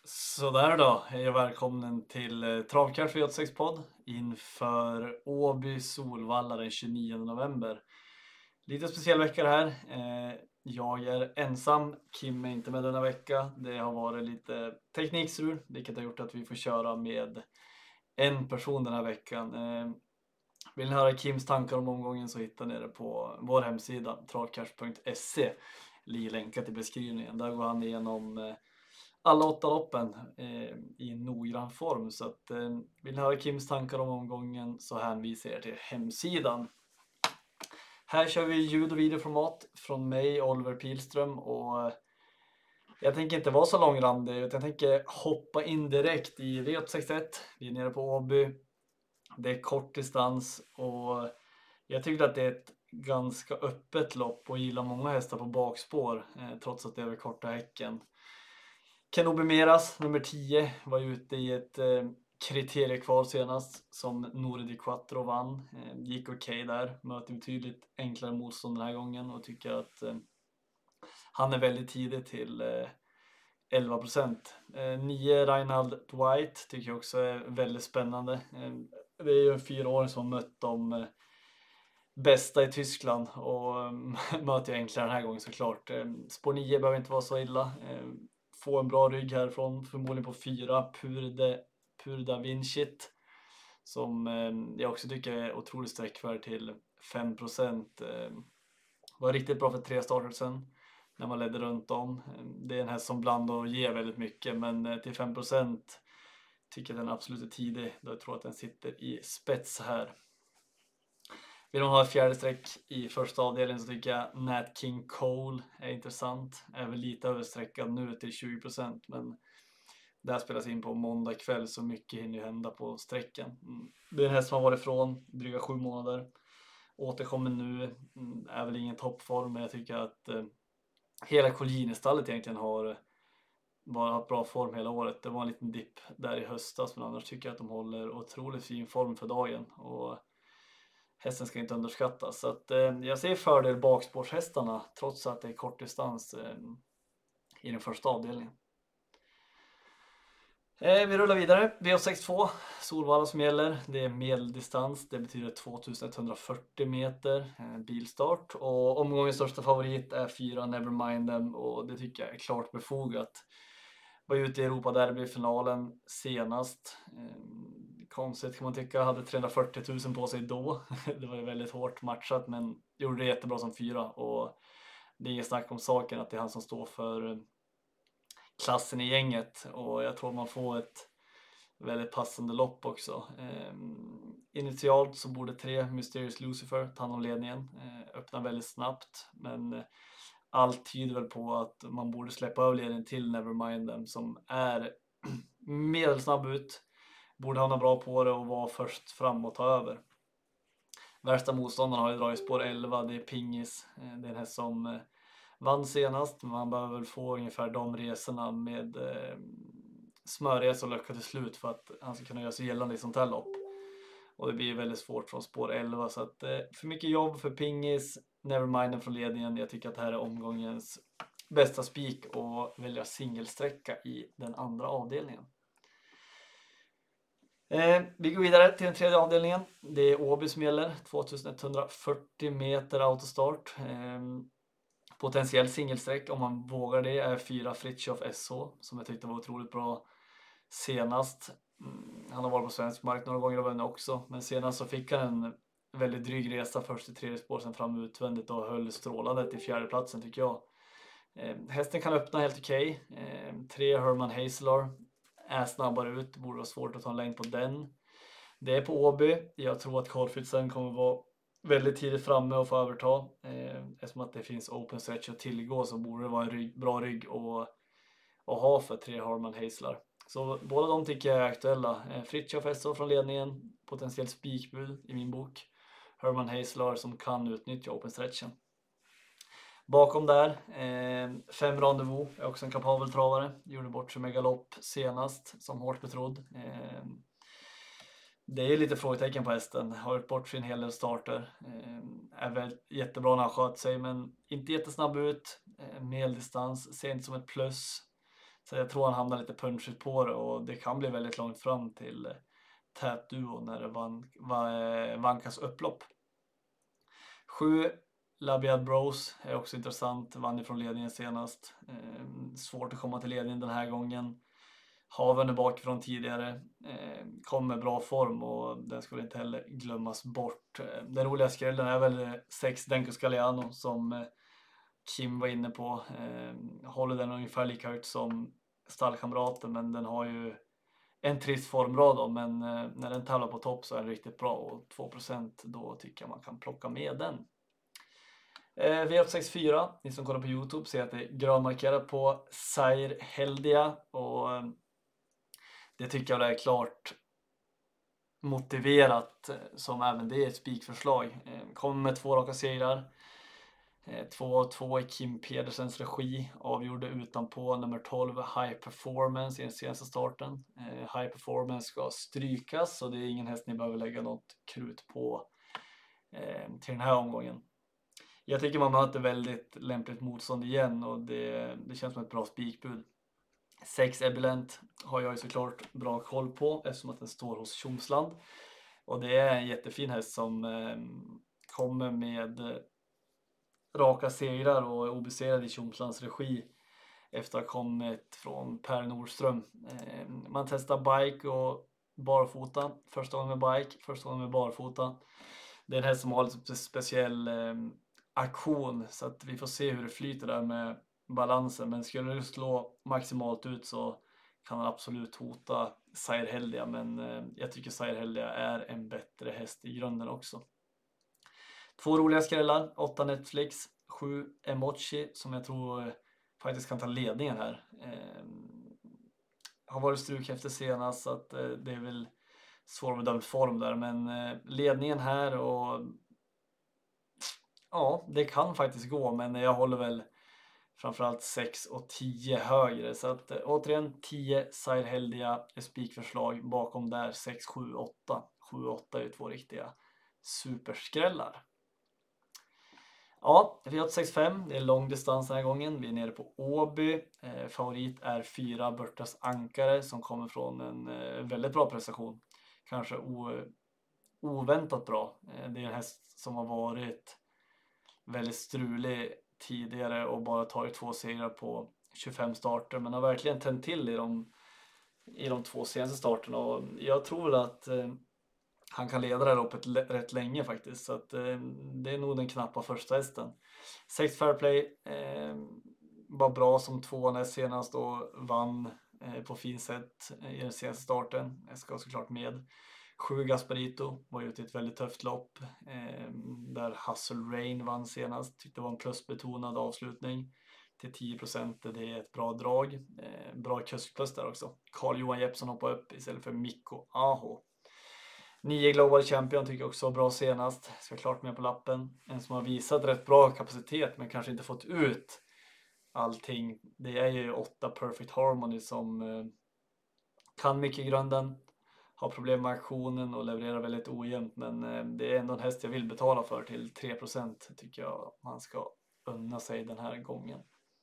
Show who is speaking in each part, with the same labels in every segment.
Speaker 1: Sådär då, hej och välkommen till Travkart för J6-podd inför Åby Solvalla den 29 november. Lite speciell vecka det här. Jag är ensam, Kim är inte med denna vecka. Det har varit lite teknikstrul, vilket har gjort att vi får köra med en person den här veckan. Vill ni höra Kims tankar om omgången så hittar ni det på vår hemsida travkart.se. Ligger länkat i beskrivningen. Där går han igenom alla 8 loppen i noggrann form. Så att, vill ni höra Kims tankar om omgången så hänvisar jag till hemsidan. Här kör vi ljud- och videoformat från mig, Oliver Pilström. Och jag tänker inte vara så långrandig utan jag tänker hoppa in direkt i V861. Vi är nere på Åby. Det är kort distans och jag tycker att det är ett ganska öppet lopp och gillar många hästar på bakspår trots att det är över korta häcken. Kenobi Meras, nummer 10, var ute i ett kriteriekval senast som Nore Di Quattro vann. Gick okej där, möter betydligt enklare motstånd den här gången och tycker att han är väldigt tidig till 11%. 9 Reinhard Dwight tycker jag också är väldigt spännande. Det är ju en 4-åring som har mött de bästa i Tyskland och möter jag enklare den här gången såklart. Spår 9 behöver inte vara så illa. Få en bra rygg härifrån, förmodligen på 4 Purda Vincit som jag också tycker är otroligt sträckvärd till 5%. Var riktigt bra för 3 starter sen när man ledde runt om. Det är en häst som blandar och ger väldigt mycket, men till 5% tycker jag den absolut är tidig. Då jag tror att den sitter i spets här. Vill man ha ett fjärde streck i första avdelningen så tycker jag Nat King Cole är intressant. Är väl lite översträckad nu till 20%, men det här spelas in på måndag kväll så mycket hinner ju hända på sträckan. Det är en häst som har varit ifrån dryga 7 månader. Återkommer nu, är väl ingen toppform, men jag tycker att hela Collini-stallet egentligen har bara haft bra form hela året. Det var en liten dipp där i höstas, men annars tycker jag att de håller otroligt fin form för dagen. Och hästen ska inte underskattas. Så att, jag ser fördel bakspårshästarna trots att det är kort distans i den första avdelningen. Vi rullar vidare. V62, Solvalla som gäller. Det är medeldistans. Det betyder 2140 meter bilstart. Och omgångens största favorit är 4 Nevermind Them. Och det tycker jag är klart befogat. Var ute i Europa-derby-finalen senast. Konstigt kan man tycka. Hade 340 000 på sig då. Det var ju väldigt hårt matchat, men gjorde det jättebra som 4. Och det är inget snack om saken att det är han som står för klassen i gänget. Och jag tror man får ett väldigt passande lopp också. Initialt så borde 3 Mysterious Lucifer ta hand om ledningen. Öppna väldigt snabbt, men allt tyder väl på att man borde släppa över ledningen till Nevermind Them som är medelsnabb ut. Borde hamna bra på det och vara först fram och ta över. Värsta motståndaren har ju dragit spår 11, det är Pingis. Det är en häst som vann senast, men man behöver väl få ungefär de resorna med smörresa och lucka till slut för att han ska kunna göra sig gällande i sånt här lopp. Och det blir väldigt svårt från spår 11, så att för mycket jobb för Pingis. Nevermind från ledningen. Jag tycker att det här är omgångens bästa spik och välja singelsträcka i den andra avdelningen. Vi går vidare till den tredje avdelningen. Det är Åby som gäller. 2140 meter autostart. Potentiell singelsträck om man vågar det är 4 Fritjof SH som jag tyckte var otroligt bra senast. Han har varit på svensk mark några gånger och vunnit också, men senast så fick han en väldigt dryg resa först i tredje spår, sen fram utvändigt och höll strålande till fjärde platsen tycker jag. Hästen kan öppna helt okej. 3 Herman Hazelar är snabbare ut, borde vara svårt att ta en längd på den. Det är på Åby. Jag tror att Carl Fritzen kommer vara väldigt tidigt framme och få överta. Eftersom att det finns open stretch att tillgå så borde det vara en bra rygg att ha för 3 Herman Hazelar. Så båda de tycker jag är aktuella. Fritjof SH från ledningen, potentiellt spikbud i min bok. Herman Hazelar som kan utnyttja open stretchen. Bakom där, 5 Rendezvous är också en kapabel travare. Gjorde bort sig med galopp senast som hårt betrodd. Det är lite frågetecken på hästen. Har gjort bort sin hel del starter. Är väl jättebra när han sköt sig, men inte jättesnabb ut. Medeldistans, ser inte som ett plus. Så jag tror han hamnar lite punchigt på det och det kan bli väldigt långt fram till tät duo när det vankas upplopp. 7 Labiad Bros är också intressant, vann ifrån ledningen senast. Svårt att komma till ledningen den här gången. Haven är bakifrån tidigare, kom med bra form och den skulle inte heller glömmas bort. Den roliga skrällen är väl 6 Denko Scaliano som Kim var inne på. Håller den ungefär lika högt som stallkamraten, men den har ju en trist formrad då, men när den tävlar på topp så är den riktigt bra och 2% då tycker jag man kan plocka med den. V864, ni som kollar på YouTube ser att det är grönmarkerat på Zaire Heldia och det tycker jag är klart motiverat som även det är ett spikförslag. Kommer med 2 raka segrar. 2-2 i Kim Pedersens regi, avgjorde utanpå nummer 12 High Performance i den senaste starten. High Performance ska strykas så det är ingen häst ni behöver lägga något krut på till den här omgången. Jag tycker man möter väldigt lämpligt motstånd igen och det känns som ett bra spikbud. 6 Ebilent har jag ju såklart bra koll på eftersom att den står hos Tjomsland. Och det är en jättefin häst som kommer med raka segrar och är obesegrad i Tjomslands regi efter att ha kommit från Per Nordström. Man testar bike och barfota. Första gången med bike, första gången med barfota. Det är en häst som har lite speciell aktion så att vi får se hur det flyter där med balansen. Men skulle det slå maximalt ut så kan han absolut hota Zaire Heldia, men jag tycker Zaire Heldia är en bättre häst i grunden också. 2 roliga skrällar, 8 Netflix, 7 Emoji som jag tror faktiskt kan ta ledningen här. Har varit struk efter senast så att det är väl svårbedömd form där, men ledningen här och ja, det kan faktiskt gå, men jag håller väl framförallt 6 och 10 högre. Så att återigen 10 Zaire Heldia är spikförslag. Bakom där 6, 7, 8. 7 och 8 är ju 2 riktiga superskrällar. Ja, V865, det är lång distans den här gången. Vi är nere på Åby. Favorit är 4 Börtas Ankare som kommer från en väldigt bra prestation. Kanske oväntat bra. Det är en häst som har varit väldigt strulig tidigare och bara tagit 2 segrar på 25 starter, men har verkligen tänt till i de 2 senaste starterna och jag tror att han kan leda det här loppet rätt länge faktiskt, så att det är nog den knappa första hästen. 6 Fairplay var bra som 2 näst senast och vann på fin sätt i den senaste starten. Jag ska såklart med. 7 Gasparito var ute i ett väldigt tufft lopp där Hustle Rain vann senast. Tyckte det var en plusbetonad avslutning till 10%. Det är ett bra drag. Bra kuskplus där också. Carl-Johan Jeppsson hoppade upp istället för Mikko Aho. 9 Global Champion tycker jag också var bra senast. Ska klart med på lappen. En som har visat rätt bra kapacitet men kanske inte fått ut allting. Det är ju 8 Perfect Harmony som kan mycket i grunden. Har problem med aktionen och levererar väldigt ojämnt, men det är ändå en häst jag vill betala för till 3% tycker jag man ska unna sig den här gången.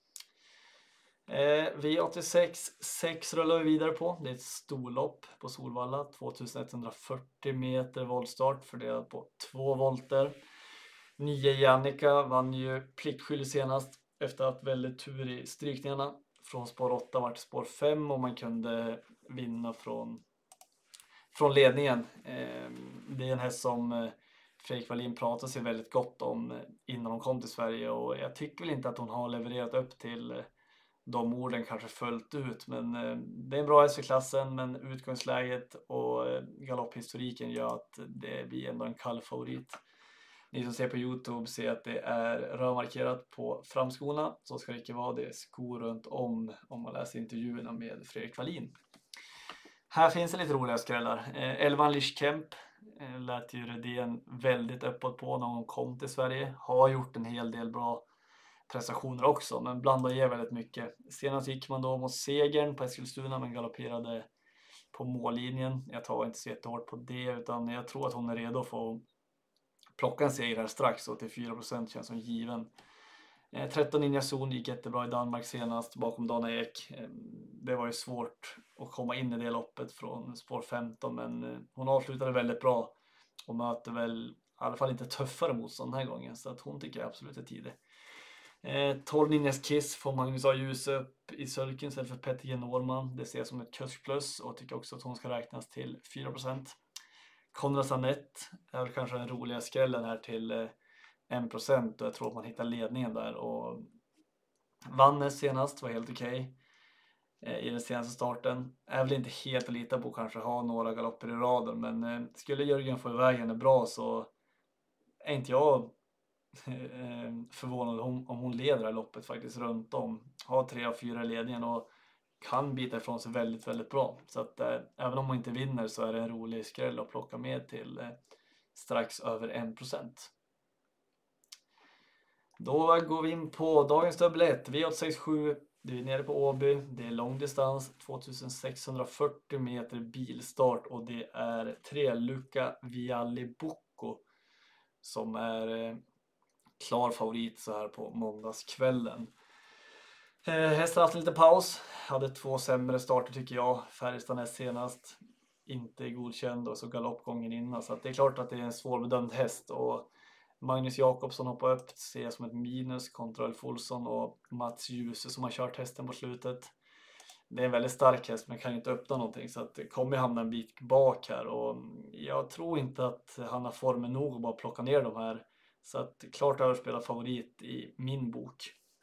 Speaker 1: V86 6 rullar vi vidare på. Det är ett storlopp på Solvalla, 2140 meter voltstart fördelat på 2 volter. 9 Jannica vann ju pliktskyldig senast efter att haft väldigt tur i strykningarna. Från spår 8 var till spår 5 och man kunde vinna från ledningen. Det är en häst som Fredrik Wallin pratade sig väldigt gott om innan hon kom till Sverige och jag tycker väl inte att hon har levererat upp till de orden kanske fullt ut, men det är en bra häst för klassen, men utgångsläget och galopphistoriken gör att det blir ändå en kall favorit. Ni som ser på YouTube ser att det är rödmarkerat på framskorna, så ska det inte vara, det är skor runt om man läser intervjuerna med Fredrik Wallin. Här finns det lite roliga skrällar. Elvan Lischkemp lät ju Redén väldigt öppet på när hon kom till Sverige. Har gjort en hel del bra prestationer också, men blandar ger väldigt mycket. Senast gick man då mot segern på Eskilstuna men galopperade på mållinjen. Jag tar inte så jättehårt på det, utan jag tror att hon är redo för att plocka en seger här strax och till 4% känns som given. 13 Ninja Zon gick jättebra i Danmark senast bakom Dana Ek. Det var ju svårt att komma in i det loppet från spår 15, men hon avslutade väldigt bra och möter väl i alla fall inte tuffare motstånd den här gången, så att hon tycker jag absolut är tidig. 12 Ninjas Kiss får Magnus A. Ljus upp i sulken istället för Petter G. Norman. Det ser jag som ett kuskplus och tycker också att hon ska räknas till 4%. Konrad Sanett är väl kanske den roliga skrällen här till 1% och jag tror att man hittar ledningen där. Och Vannes senast var helt okej i den senaste starten. Är väl inte helt att lita på, kanske ha några galopper i raden, men skulle Jörgen få iväg henne bra så är inte jag förvånad om hon leder det här loppet faktiskt runt om. Har 3 av 4 i ledningen och kan bita ifrån sig väldigt, väldigt bra. Så att även om hon inte vinner så är det en rolig skräll att plocka med till strax över 1%. Då går vi in på dagens dubbel 1. V867, det är nere på Åby. Det är lång distans, 2640 meter bilstart och det är 3 Luca Vialli Bocco som är klar favorit så här på måndagskvällen. Hästen har haft lite paus. Hade 2 sämre starter tycker jag. Färjestad näst senast. Inte godkänd och så galoppgången innan. Så att det är klart att det är en svårbedömd häst. Och Magnus Jakobsson hoppar upp, ser jag som ett minus kontra Ulf Olsson och Mats Djuse som har kört hästen på slutet. Det är en väldigt stark häst men kan inte öppna någonting, så att det kommer hamna en bit bak här och jag tror inte att han har formen nog att bara plocka ner de här. Så att klart överspelad favorit i min bok.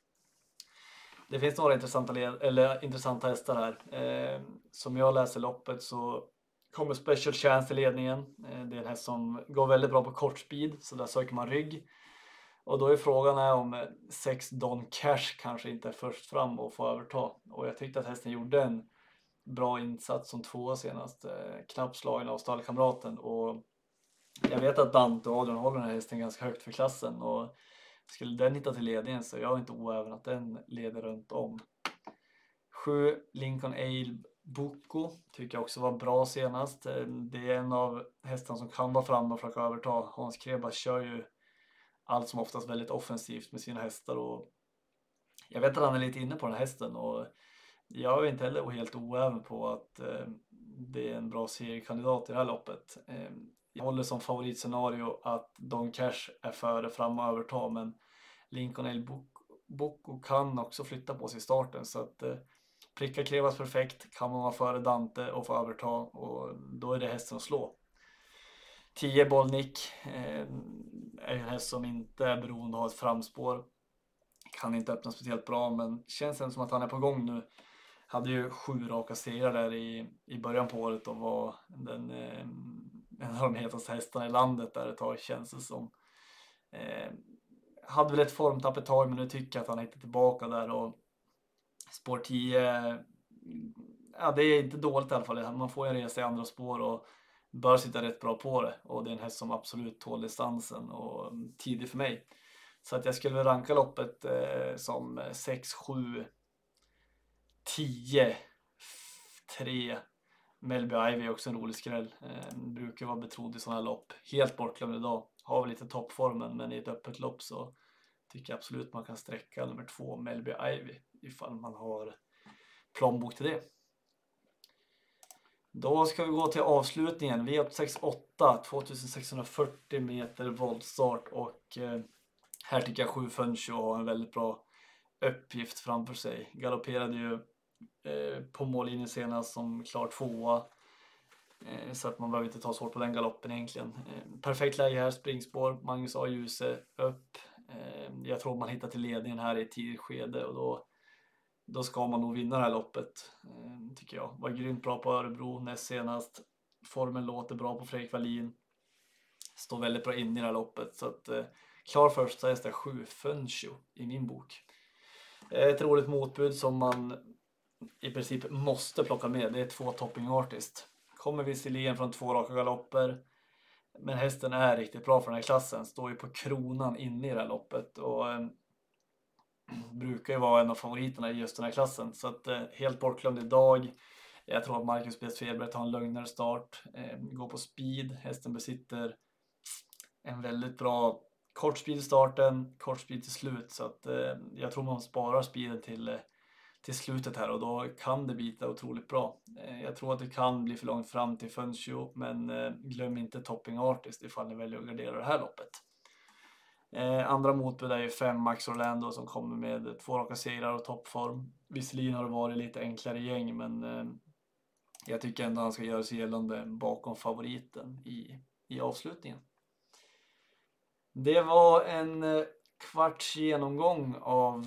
Speaker 1: Det finns några intressanta hästar här. Som jag läser loppet så kommer Special Chance i ledningen. Det är en häst som går väldigt bra på kort speed, så där söker man rygg. Och då är frågan om 6 Don Cash kanske inte är först fram och får överta. Och jag tyckte att hästen gjorde en bra insats som 2 senast. Knappt slagen av stallkamraten. Och jag vet att Dante och Adrian håller den här hästen ganska högt för klassen. Och skulle den hitta till ledningen så är jag inte oäven att den leder runt om. 7 Lincoln Ale Bocco tycker jag också var bra senast. Det är en av hästarna som kan vara framme och försöka överta. Hans Krebas kör ju allt som oftast väldigt offensivt med sina hästar och jag vet att han är lite inne på den här hästen och jag är inte heller helt oäven på att det är en bra seriekandidat i det här loppet. Jag håller som favoritscenario att Don Cash är före fram och överta, men Lincoln El Bocco kan också flytta på sig i starten, så att pricka Krevas perfekt, kan man vara före Dante och få överta och då är det hästen att slå. 10 Bollnick är en häst som inte är beroende av ett framspår. Kan inte öppna speciellt bra, men känns det som att han är på gång nu. Hade ju 7 raka segrar där i början på året och var en av de hetaste hästarna i landet där ett tag, känns det som. Hade väl ett formtapp ett tag, men nu tycker jag att han är inte tillbaka där och spår 10, ja, det är inte dåligt i alla fall. Man får en resa i andra spår och bör sitta rätt bra på det. Och det är en häst som absolut tål distansen och tidig för mig. Så att jag skulle ranka loppet som 6, 7, 10, 3. Melby Ivy är också en rolig skräll. Brukar vara betrodd i sådana här lopp. Helt bortglömd idag. Har väl lite toppformen, men i ett öppet lopp så tycker jag absolut man kan sträcka nummer 2 Melby Ivy ifall man har plånbok till det. Då ska vi gå till avslutningen. V868, 2640 meter voltstart och här tycker jag 7 Funcho har en väldigt bra uppgift framför sig. Galopperade ju på mållinjen senast som klar 2. Så att man behöver inte ta svårt på den galoppen egentligen. Perfekt läge här, springspår, Magnus A. Djuse upp. Jag tror man hittar till ledningen här i ett tidigt skede och då ska man nog vinna det här loppet, tycker jag. Var grymt bra på Örebro näst senast. Formen låter bra på Fredrik Wallin. Står väldigt bra in i det här loppet. Så att klar första häst är 7 Funcho i min bok. Ett roligt motbud som man i princip måste plocka med. Det är 2 Topping Artist. Kommer visserligen från 2 raka galopper. Men hästen är riktigt bra för den här klassen. Står ju på kronan inne i det här loppet. Och brukar ju vara en av favoriterna i just den här klassen. Så att helt bortglömd idag. Jag tror att Marcus B. Svedberg tar en lugnare start. Går på speed. Hästen besitter en väldigt bra kort speed i starten, kort speed till slut. Så att jag tror man sparar speeden till slutet här och då kan det bita otroligt bra. Jag tror att det kan bli för långt fram till Funchio, men glöm inte Topping Artist ifall ni väljer att gardera det här loppet. Andra motbud är ju 5 Max Orlando som kommer med 2 raka segrar och toppform. Visserligen har det varit lite enklare gäng, men jag tycker ändå han ska göra sig gällande bakom favoriten i avslutningen. Det var en kvarts genomgång av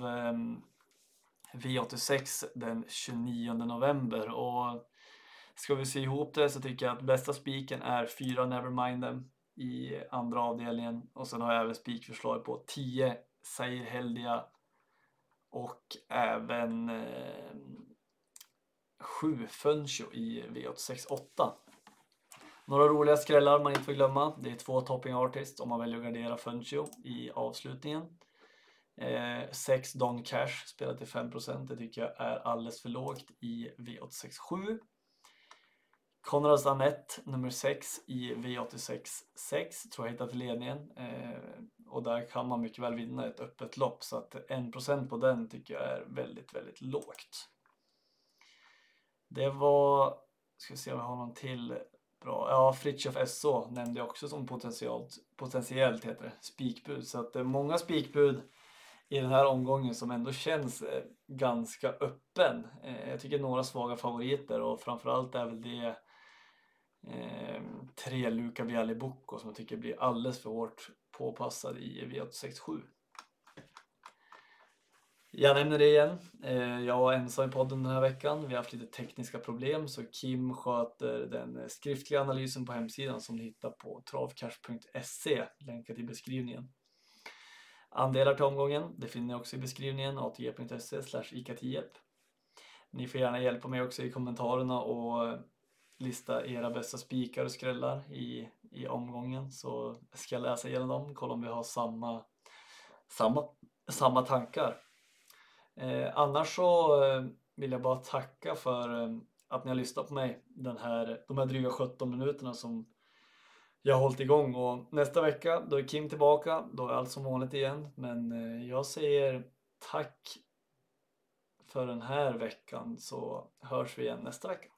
Speaker 1: V86 den 29 november och ska vi se ihop det så tycker jag att bästa spiken är 4 Nevermind Them i andra avdelningen och sen har jag även spikförslag på 10 Sair Heldia och även 7 Funchio i V86-8. Några roliga skrällar man inte får glömma. Det är 2 Topping Artists om man väljer att gardera Funchio i avslutningen. 6 Don Cash spelar till 5%. Det tycker jag är alldeles för lågt i V86-7. Konrads Annette nummer 6 i V86-6 tror jag hittat till ledningen. Och där kan man mycket väl vinna ett öppet lopp. Så att 1% på den tycker jag är väldigt, väldigt lågt. Det var, ska vi se om jag har någon till bra. Ja, Fritiof SO nämnde jag också som potentiellt heter det, spikbud. Så att det är många spikbud i den här omgången som ändå känns ganska öppen. Jag tycker några svaga favoriter och framförallt är väl det 3 Luca Vialli Bocco som jag tycker blir alldeles för hårt påpassad i V86-7. Jag nämner det igen. Jag var ensam i podden den här veckan. Vi har haft lite tekniska problem så Kim sköter den skriftliga analysen på hemsidan som ni hittar på travcash.se, länkat i beskrivningen. Andelar till omgången, det finner ni också i beskrivningen, atg.se/ika10. Ni får gärna hjälpa mig också i kommentarerna och lista era bästa spikar och skrällar i omgången så ska jag läsa igenom dem, kolla om vi har samma tankar. Annars så vill jag bara tacka för att ni har lyssnat på mig de här dryga 17 minuterna som jag har hållit igång och nästa vecka då är Kim tillbaka, då är allt som vanligt igen, men jag säger tack för den här veckan så hörs vi igen nästa vecka.